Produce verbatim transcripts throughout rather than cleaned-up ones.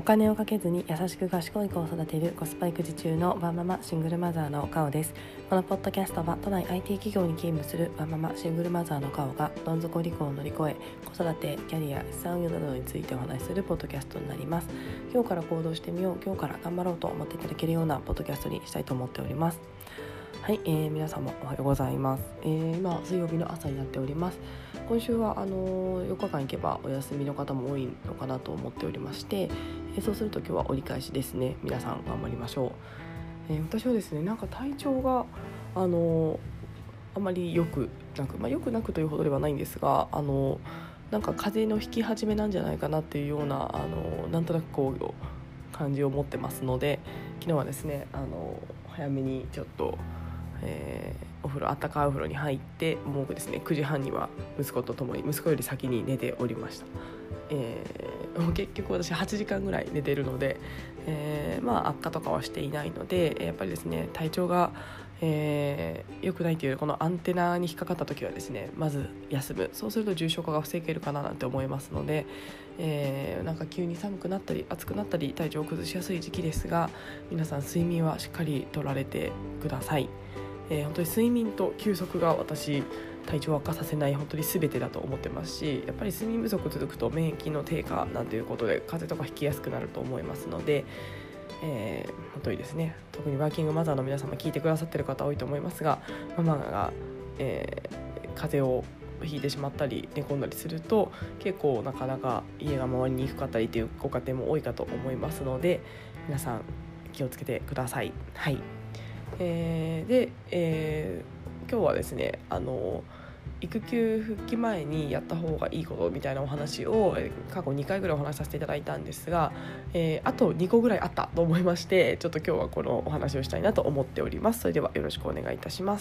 金をかけずに優しく賢い子を育てるコスパ育児中のワンママシングルマザーのカオです。このポッドキャストは都内 アイティー 企業に勤務するワンママシングルマザーのカオがどん底離婚を乗り越え、子育て、キャリア、資産運用などについてお話しするポッドキャストになります。今日から行動してみよう、今日から頑張ろうと思っていただけるようなポッドキャストにしたいと思っております。はい、えー、皆様おはようございます。えー、今水曜日の朝になっております。今週はあのー、よっかかん行けばお休みの方も多いのかなと思っておりまして、えー、そうすると今日は折り返しですね。皆さん頑張りましょう。えー、私はですね、なんか体調があのー、あまりよくなく、まあ、よくなくというほどではないんですが、あのー、なんか風邪の引き始めなんじゃないかなっていうような、あのー、なんとなくこう感じを持ってますので、昨日はですね、あのー、早めにちょっとえー、お風呂、あったかいお風呂に入って、もうですねくじはんには息子と共に息子より先に寝ておりました。えー、結局私はちじかんぐらい寝てるので、えー、まあ悪化とかはしていないので、やっぱりですね体調が、えー、良くないというこのアンテナに引っかかった時はですね、まず休む。そうすると重症化が防げるかななんて思いますので、えー、なんか急に寒くなったり暑くなったり体調を崩しやすい時期ですが、皆さん睡眠はしっかりとられてください。えー、本当に睡眠と休息が私体調を悪化させない本当に全てだと思ってますし、やっぱり睡眠不足続くと免疫の低下なんていうことで風邪とかひきやすくなると思いますので、えー、本当にですね、特にワーキングマザーの皆様聞いてくださっている方多いと思いますが、ママが、えー、風邪をひいてしまったり寝込んだりすると結構なかなか家が回りにくかったりというご家庭も多いかと思いますので、皆さん気をつけてください。はい。えー、で、えー、今日はですね、あの育休復帰前にやった方がいいことみたいなお話を過去にかいぐらいお話しさせていただいたんですが、えー、あとにこぐらいあったと思いまして、ちょっと今日はこのお話をしたいなと思っております。それではよろしくお願いいたします。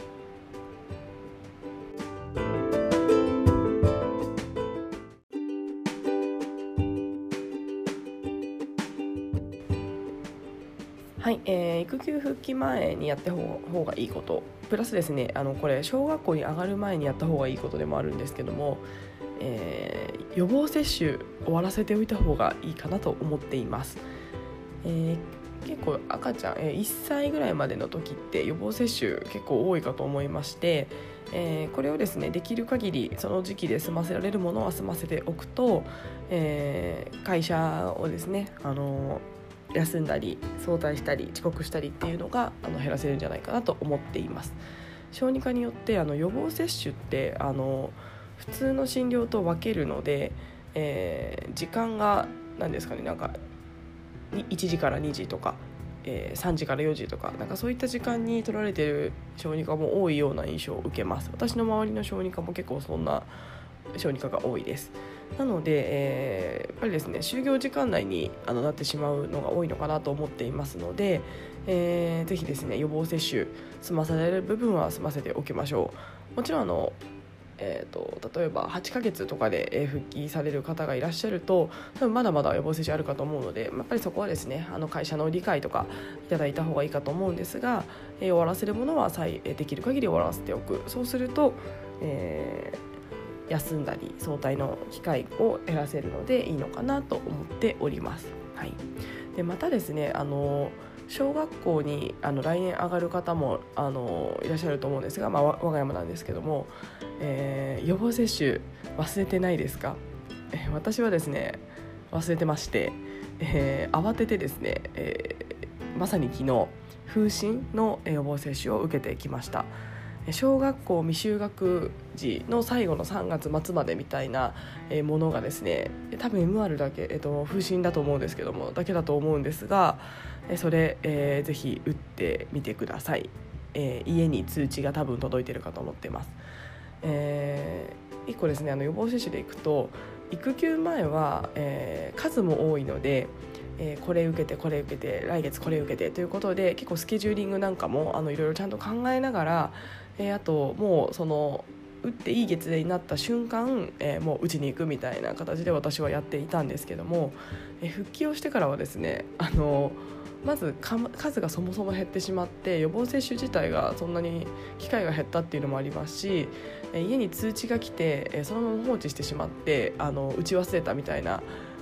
はい、えー、育休復帰前にやった方がいいことプラスですね、あのこれ小学校に上がる前にやった方がいいことでもあるんですけども、えー、予防接種終わらせておいた方がいいかなと思っています。えー、結構赤ちゃん、えー、いっさいぐらいまでの時って予防接種結構多いかと思いまして、えー、これをですねできる限りその時期で済ませられるものは済ませておくと、えー、会社をですね、あのー休んだり早退したり遅刻したりっていうのがあの減らせるんじゃないかなと思っています。小児科によってあの予防接種ってあの普通の診療と分けるので、えー、時間が何ですかね、なんかいちじからにじとか、えー、さんじからよじとか、なんかそういった時間に取られている小児科も多いような印象を受けます。私の周りの小児科も結構そんな小児科が多いです。なので、えー、やっぱりですね就業時間内にあのなってしまうのが多いのかなと思っていますので、えー、ぜひですね予防接種済ませられる部分は済ませておきましょう。もちろんあのえー、と例えばはちかげつとかで復帰される方がいらっしゃると多分まだまだ予防接種あるかと思うので、やっぱりそこはですねあの会社の理解とかいただいた方がいいかと思うんですが、えー、終わらせるものは再できる限り終わらせておく。そうすると、えー休んだり早退の機会を減らせるのでいいのかなと思っております。はい、でまたですね、あの小学校にあの来年上がる方もあのいらっしゃると思うんですが、まあ、我が家もなんですけども、えー、予防接種忘れてないですか？えー、私はですね忘れてまして、えー、慌ててですね、えー、まさに昨日風疹の予防接種を受けてきました。小学校未就学時の最後のさんがつ末までみたいなものがですね、多分 エムアール だけ、えっと、風疹だと思うんですけどもだけだと思うんですが、それ、えー、ぜひ打ってみてください。えー、家に通知が多分届いてるかと思ってます。えー、いっこですね、あの予防接種でいくと育休前は、えー、数も多いので、えー、これ受けてこれ受けて来月これ受けてということで結構スケジューリングなんかもあのいろいろちゃんと考えながら、えー、あともうその打っていい月齢になった瞬間、えー、もう打ちに行くみたいな形で私はやっていたんですけども、えー、復帰をしてからはですね、あのまず数がそもそも減ってしまって予防接種自体がそんなに機会が減ったっていうのもありますし、えー、家に通知が来て、えー、そのまま放置してしまってあの打ち忘れたみたいな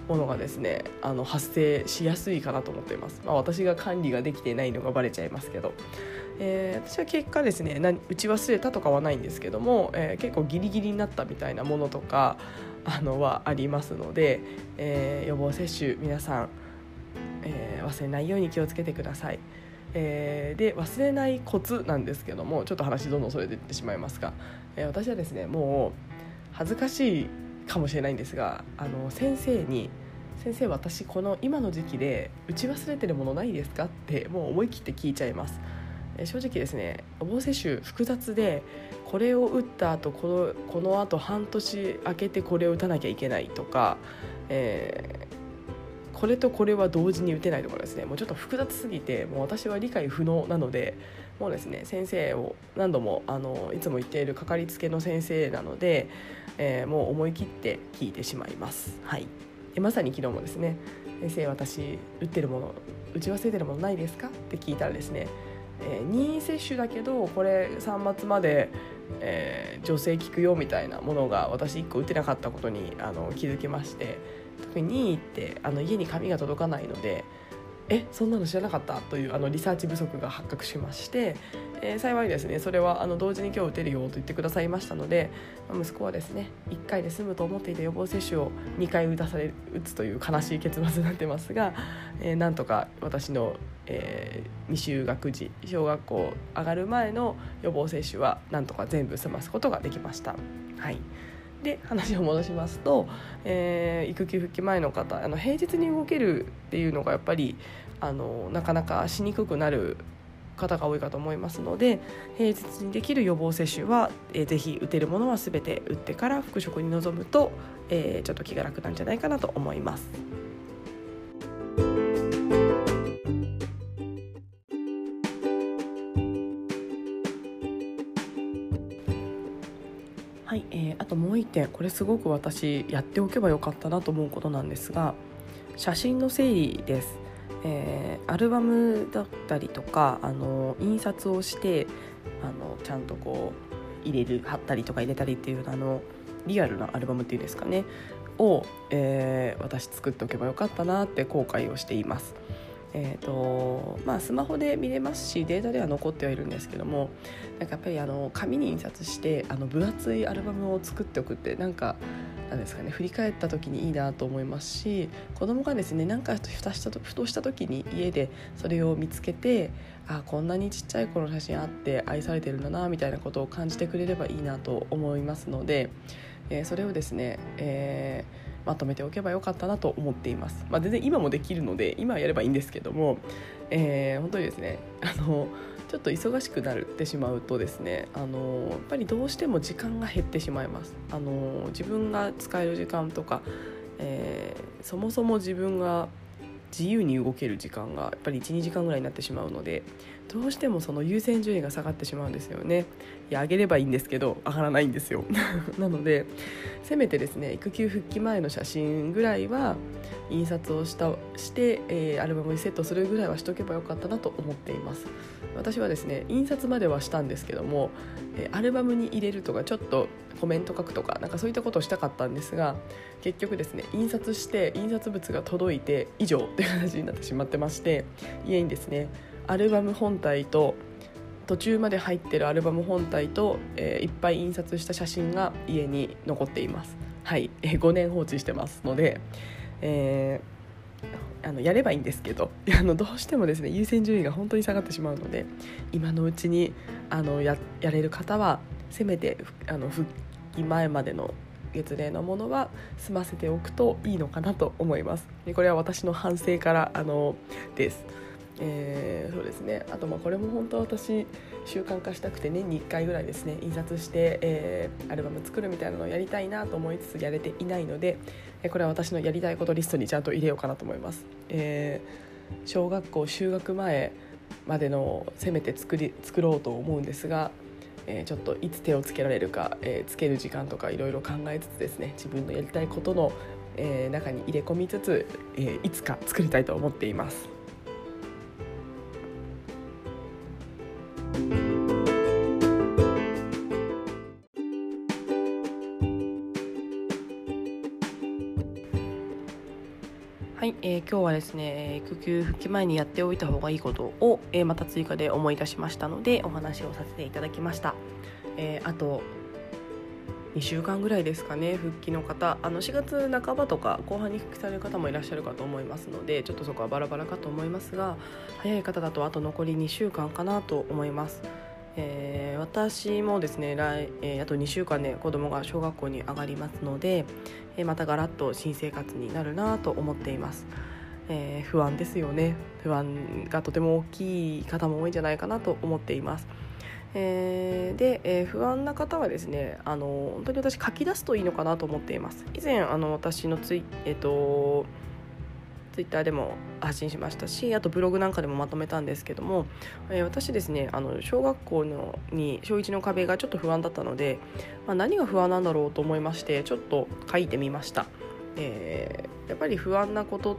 ものがですねあの発生しやすいかなと思っています。まあ、私が管理ができていないのがバレちゃいますけど、えー、私は結果ですね何打ち忘れたとかはないんですけども、えー、結構ギリギリになったみたいなものとかあのはありますので、えー、予防接種皆さん、えー、忘れないように気をつけてください。えー、で忘れないコツなんですけども、ちょっと話どんどんそれでいってしまいますが、えー、私はですねもう恥ずかしいかもしれないんですが、あの先生に先生私この今の時期で打ち忘れてるものないですかってもう思い切って聞いちゃいます。えー、正直ですね予防接種複雑で、これを打った後この、この後半年空けてこれを打たなきゃいけないとか、えーこれとこれは同時に打てないとかですね、もうちょっと複雑すぎてもう私は理解不能なので、もうですね先生を何度もあのいつも言っているかかりつけの先生なので、えー、もう思い切って聞いてしまいます。はい、でまさに昨日もですね、先生私打ってるもの打ち忘れてるものないですかって聞いたらですね、えー、任意接種だけどこれさん末まで、えー、助成効くよみたいなものが私いっこ打てなかったことにあの気づきまして、特に任意ってあの家に紙が届かないので、えそんなの知らなかったというあのリサーチ不足が発覚しまして、えー、幸いですねそれはあの同時に今日打てるよと言ってくださいましたので、息子はですねいっかいで済むと思っていた予防接種をにかい打たされ打つという悲しい結末になってますが、えー、なんとか私の、えー、未就学児小学校上がる前の予防接種はなんとか全部済ますことができました。はい、で話を戻しますと、えー、育休復帰前の方、あの平日に動けるっていうのがやっぱりあのなかなかしにくくなる方が多いかと思いますので、平日にできる予防接種は、えー、ぜひ打てるものは全て打ってから復職に臨むと、えー、ちょっと気が楽なんじゃないかなと思います。はい、えー、あともう一点、これすごく私やっておけばよかったなと思うことなんですが、写真の整理です。えー、アルバムだったりとかあの印刷をしてあのちゃんとこう入れる貼ったりとか入れたりっていうあのリアルなアルバムっていうんですかねを、えー、私作っておけばよかったなって後悔をしています。えーとまあ、スマホで見れますしデータでは残ってはいるんですけども、なんかやっぱりあの紙に印刷してあの分厚いアルバムを作っておくってなんかなんですかね、振り返った時にいいなと思いますし、子供がですねなんかふとしたとふとした時に家でそれを見つけて、あこんなにちっちゃい頃の写真あって愛されてるんだなみたいなことを感じてくれればいいなと思いますので、えー、それをですね、えーまとめておけばよかったなと思っています。まあ、全然今もできるので今やればいいんですけども、えー、本当にですねあのちょっと忙しくなってしまうとですねあのやっぱりどうしても時間が減ってしまいます。あの自分が使える時間とか、えー、そもそも自分が自由に動ける時間がやっぱりいち、にじかんぐらいになってしまうので、どうしてもその優先順位が下がってしまうんですよね。いや上げればいいんですけど上がらないんですよなのでせめてですね育休復帰前の写真ぐらいは印刷をしたして、えー、アルバムにセットするぐらいはしとけばよかったなと思っています。私はですね印刷まではしたんですけども、えー、アルバムに入れるとかちょっとコメント書くとかなんかそういったことをしたかったんですが、結局ですね印刷して印刷物が届いて以上っていう形になってしまってまして、家にですねアルバム本体と途中まで入ってるアルバム本体と、えー、いっぱい印刷した写真が家に残っています。はい、えー、ごねん放置してますので、えー、あのやればいいんですけどあのどうしてもですね優先順位が本当に下がってしまうので、今のうちにあの や, やれる方はせめてあの復帰前までの月齢のものは済ませておくといいのかなと思います。でこれは私の反省からあのです。えー、そうですね。あとまあこれも本当は私習慣化したくて年にいっかいぐらいですね印刷して、えー、アルバム作るみたいなのをやりたいなと思いつつやれていないので、これは私のやりたいことリストにちゃんと入れようかなと思います。えー、小学校就学前までのせめて作り作ろうと思うんですが、えー、ちょっといつ手をつけられるか、えー、つける時間とかいろいろ考えつつですね自分のやりたいことの、えー、中に入れ込みつつ、えー、いつか作りたいと思っています。 はい、えー、今日はですね育休復帰前にやっておいた方がいいことを、えー、また追加で思い出しましたのでお話をさせていただきました。えー、あとにしゅうかんぐらいですかね、復帰の方、あのしがつなかばとか後半に復帰される方もいらっしゃるかと思いますので、ちょっとそこはバラバラかと思いますが、早い方だとあと残りにしゅうかんかなと思います。えー、私もですね来、えー、あとにしゅうかんで子供が小学校に上がりますので、えー、またガラッと新生活になるなと思っています。えー、不安ですよね。不安がとても大きい方も多いんじゃないかなと思っています。えー、で、えー、不安な方はですね、あの本当に私書き出すといいのかなと思っています。以前あの私のツイ、えーとツイッターでも発信しましたし、あとブログなんかでもまとめたんですけども、えー、私ですねあの小学校のに小いちの壁がちょっと不安だったので、まあ、何が不安なんだろうと思いましてちょっと書いてみました。えー、やっぱり不安なことって、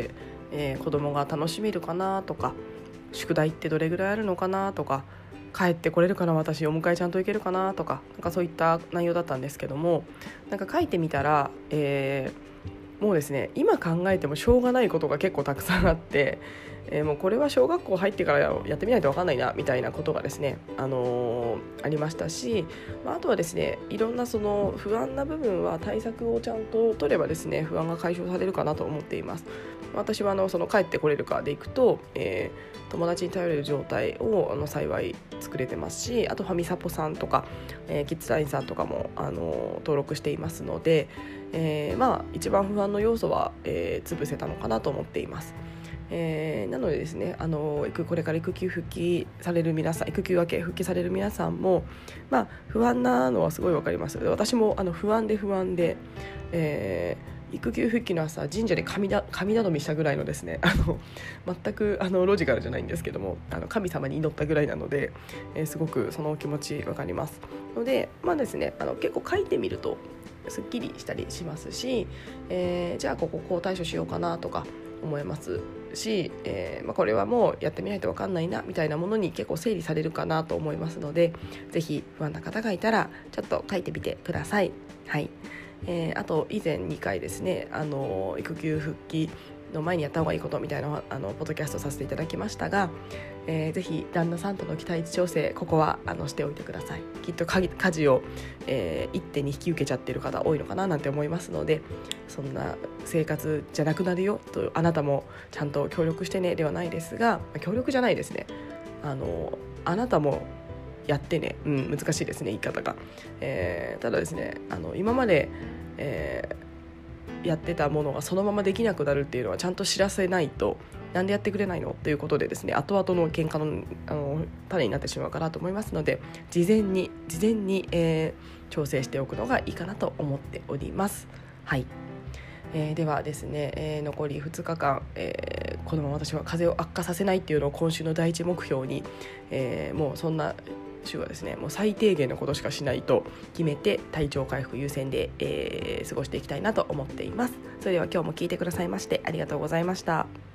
えー、子供が楽しめるかなとか、宿題ってどれぐらいあるのかなとか、帰ってこれるかな、私お迎えちゃんと行けるかなとか、なんかそういった内容だったんですけども、なんか書いてみたら、えーもうですね今考えてもしょうがないことが結構たくさんあって、えー、もうこれは小学校入ってからやってみないと分かんないなみたいなことがですね、あのー、ありましたし、まあ、あとはですねいろんなその不安な部分は対策をちゃんと取ればですね不安が解消されるかなと思っています。私はあのその帰ってこれるかでいくと、えー、友達に頼れる状態をあの幸い作れてますし、あとファミサポさんとか、えー、キッズラインさんとかもあの登録していますので、えー、まあ一番不安の要素は、えー、潰せたのかなと思っています。えー、なのでですねあのこれから育休復帰される皆さん、育休明け復帰される皆さんも、まあ、不安なのはすごい分かります。私もあの不安で不安で、えー育休復帰の朝神社で神だ神頼みしたぐらいのですね、あの全くあのロジカルじゃないんですけども、あの神様に祈ったぐらいなので、えー、すごくそのお気持ち分かりますので、まあですね、あの結構書いてみるとすっきりしたりしますし、えー、じゃあこここう対処しようかなとか思いますし、えーまあ、これはもうやってみないと分かんないなみたいなものに結構整理されるかなと思いますので、ぜひ不安な方がいたらちょっと書いてみてください。はい。えー、あと以前にかいですね、あの育休復帰の前にやった方がいいことみたいなあのポッドキャストさせていただきましたが、えー、ぜひ旦那さんとの期待値調整、ここはあのしておいてください。きっと家事を、えー、一手に引き受けちゃってる方多いのかななんて思いますので、そんな生活じゃなくなるよと、あなたもちゃんと協力してねではないですが、協力じゃないですね、あのあなたもやってね、うん、難しいですね言い方が、えー、ただですねあの今まで、えー、やってたものがそのままできなくなるっていうのはちゃんと知らせないと、なんでやってくれないのということでですね、後々の喧嘩の、あの種になってしまうかなと思いますので、事前に事前に、えー、調整しておくのがいいかなと思っております。はい。えー、ではですね、えー、残りふつかかん、えー、このまま私は風邪を悪化させないっていうのを今週の第一目標に、えー、もうそんな週はですねもう最低限のことしかしないと決めて体調回復優先で、えー、過ごしていきたいなと思っています。それでは今日も聞いてくださいましてありがとうございました。